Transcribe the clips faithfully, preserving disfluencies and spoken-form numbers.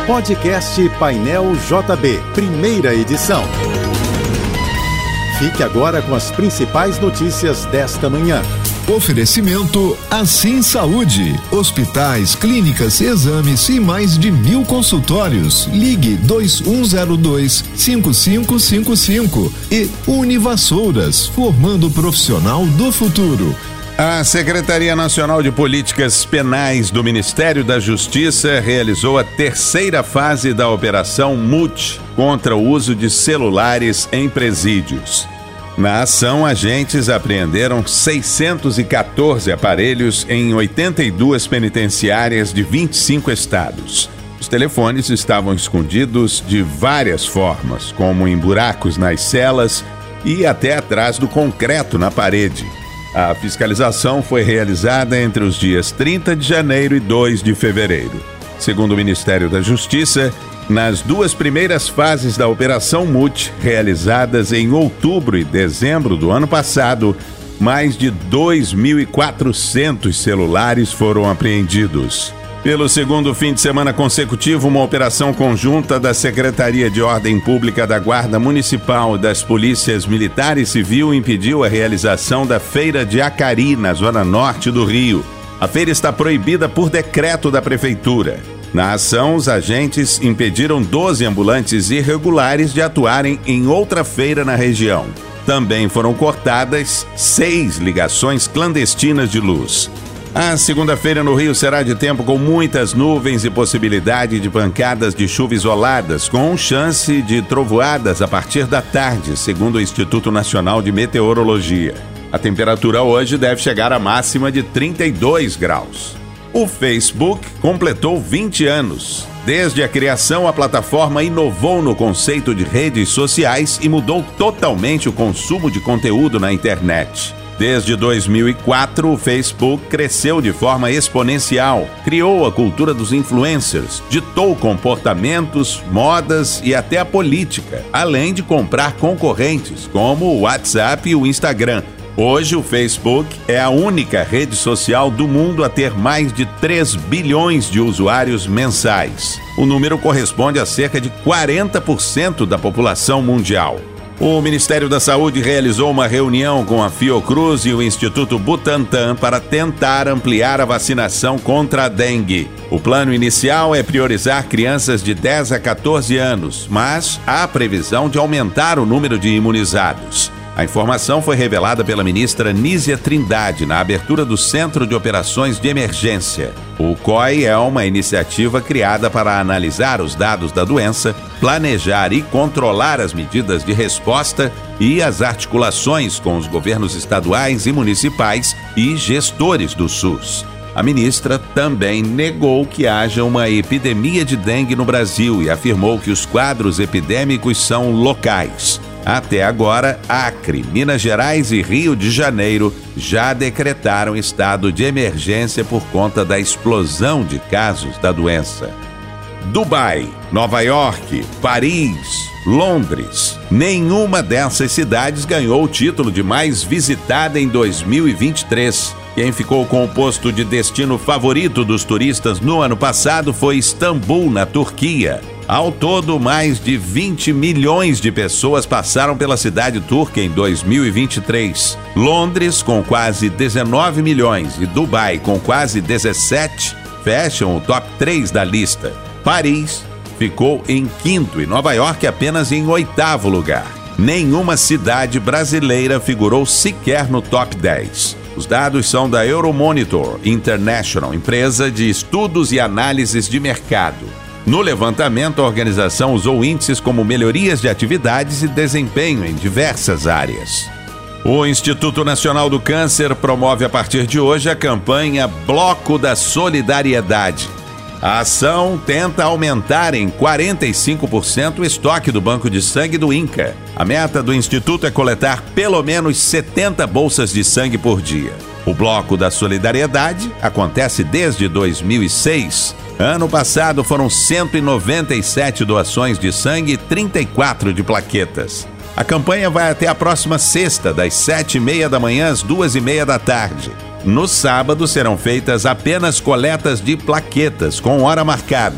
Podcast Painel J B, primeira edição. Fique agora com as principais notícias desta manhã. Oferecimento Assim Saúde, hospitais, clínicas, exames e mais de mil consultórios. Ligue dois um zero dois, cinco cinco cinco cinco e Univassouras, formando o profissional do futuro. A Secretaria Nacional de Políticas Penais do Ministério da Justiça realizou a terceira fase da Operação M U T contra o uso de celulares em presídios. Na ação, agentes apreenderam seiscentos e quatorze aparelhos em oitenta e duas penitenciárias de vinte e cinco estados. Os telefones estavam escondidos de várias formas, como em buracos nas celas e até atrás do concreto na parede. A fiscalização foi realizada entre os dias trinta de janeiro e dois de fevereiro. Segundo o Ministério da Justiça, nas duas primeiras fases da Operação M U T, realizadas em outubro e dezembro do ano passado, mais de dois mil e quatrocentos celulares foram apreendidos. Pelo segundo fim de semana consecutivo, uma operação conjunta da Secretaria de Ordem Pública da Guarda Municipal e das Polícias Militar e Civil impediu a realização da Feira de Acari, na zona norte do Rio. A feira está proibida por decreto da Prefeitura. Na ação, os agentes impediram doze ambulantes irregulares de atuarem em outra feira na região. Também foram cortadas seis ligações clandestinas de luz. A segunda-feira no Rio será de tempo com muitas nuvens e possibilidade de pancadas de chuva isoladas, com chance de trovoadas a partir da tarde, segundo o Instituto Nacional de Meteorologia. A temperatura hoje deve chegar à máxima de trinta e dois graus. O Facebook completou vinte anos. Desde a criação, a plataforma inovou no conceito de redes sociais e mudou totalmente o consumo de conteúdo na internet. Desde dois mil e quatro, o Facebook cresceu de forma exponencial, criou a cultura dos influencers, ditou comportamentos, modas e até a política, além de comprar concorrentes, como o WhatsApp e o Instagram. Hoje, o Facebook é a única rede social do mundo a ter mais de três bilhões de usuários mensais. O número corresponde a cerca de quarenta por cento da população mundial. O Ministério da Saúde realizou uma reunião com a Fiocruz e o Instituto Butantan para tentar ampliar a vacinação contra a dengue. O plano inicial é priorizar crianças de dez a quatorze anos, mas há previsão de aumentar o número de imunizados. A informação foi revelada pela ministra Nízia Trindade na abertura do Centro de Operações de Emergência. O C O I é uma iniciativa criada para analisar os dados da doença, planejar e controlar as medidas de resposta e as articulações com os governos estaduais e municipais e gestores do SUS. A ministra também negou que haja uma epidemia de dengue no Brasil e afirmou que os quadros epidêmicos são locais. Até agora, Acre, Minas Gerais e Rio de Janeiro já decretaram estado de emergência por conta da explosão de casos da doença. Dubai, Nova York, Paris, Londres. Nenhuma dessas cidades ganhou o título de mais visitada em dois mil e vinte e três. Quem ficou com o posto de destino favorito dos turistas no ano passado foi Istambul, na Turquia. Ao todo, mais de vinte milhões de pessoas passaram pela cidade turca em dois mil e vinte e três. Londres, com quase dezenove milhões, e Dubai, com quase dezessete, fecham o top três da lista. Paris ficou em quinto e Nova York apenas em oitavo lugar. Nenhuma cidade brasileira figurou sequer no top dez. Os dados são da Euromonitor International, empresa de estudos e análises de mercado. No levantamento, a organização usou índices como melhorias de atividades e desempenho em diversas áreas. O Instituto Nacional do Câncer promove a partir de hoje a campanha Bloco da Solidariedade. A ação tenta aumentar em quarenta e cinco por cento o estoque do banco de sangue do INCA. A meta do Instituto é coletar pelo menos setenta bolsas de sangue por dia. O Bloco da Solidariedade acontece desde dois mil e seis. Ano passado foram cento e noventa e sete doações de sangue e trinta e quatro de plaquetas. A campanha vai até a próxima sexta, das sete e meia da manhã às duas e meia da tarde. No sábado serão feitas apenas coletas de plaquetas com hora marcada. O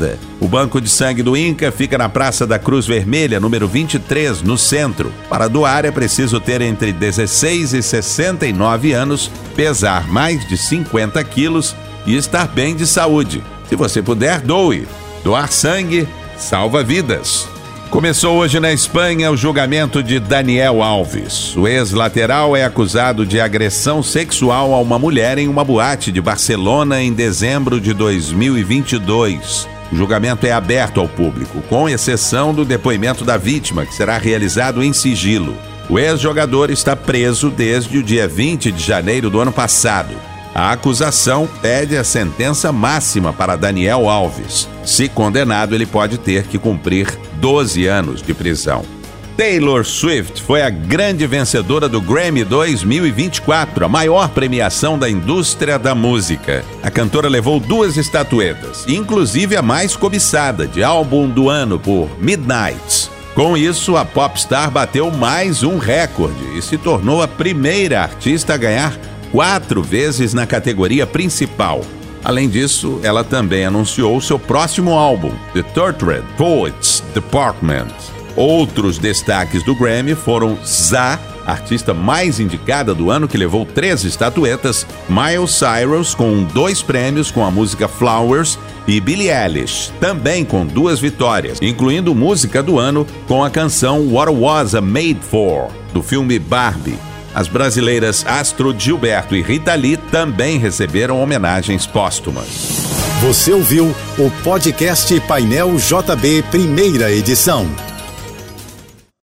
banco de sangue do Inca fica na Praça da Cruz Vermelha, número vinte e três, no centro. Para doar é preciso ter entre dezesseis e sessenta e nove anos, pesar mais de cinquenta quilos e estar bem de saúde. Se você puder, doe. Doar sangue salva vidas. Começou hoje na Espanha o julgamento de Daniel Alves. O ex-lateral é acusado de agressão sexual a uma mulher em uma boate de Barcelona em dezembro de dois mil e vinte e dois. O julgamento é aberto ao público, com exceção do depoimento da vítima, que será realizado em sigilo. O ex-jogador está preso desde o dia vinte de janeiro do ano passado. A acusação pede a sentença máxima para Daniel Alves. Se condenado, ele pode ter que cumprir doze anos de prisão. Taylor Swift foi a grande vencedora do Grammy dois mil e vinte e quatro, a maior premiação da indústria da música. A cantora levou duas estatuetas, inclusive a mais cobiçada, de álbum do ano, por Midnight. Com isso, a popstar bateu mais um recorde e se tornou a primeira artista a ganhar quatro vezes na categoria principal. Além disso, ela também anunciou seu próximo álbum, The Tortured Poets Department. Outros destaques do Grammy foram Zá, artista mais indicada do ano, que levou três estatuetas, Miley Cyrus com dois prêmios com a música Flowers e Billie Eilish, também com duas vitórias, incluindo música do ano com a canção What Was I Made For, do filme Barbie. As brasileiras Astrid Gilberto e Rita Lee também receberam homenagens póstumas. Você ouviu o podcast Painel J B, primeira edição.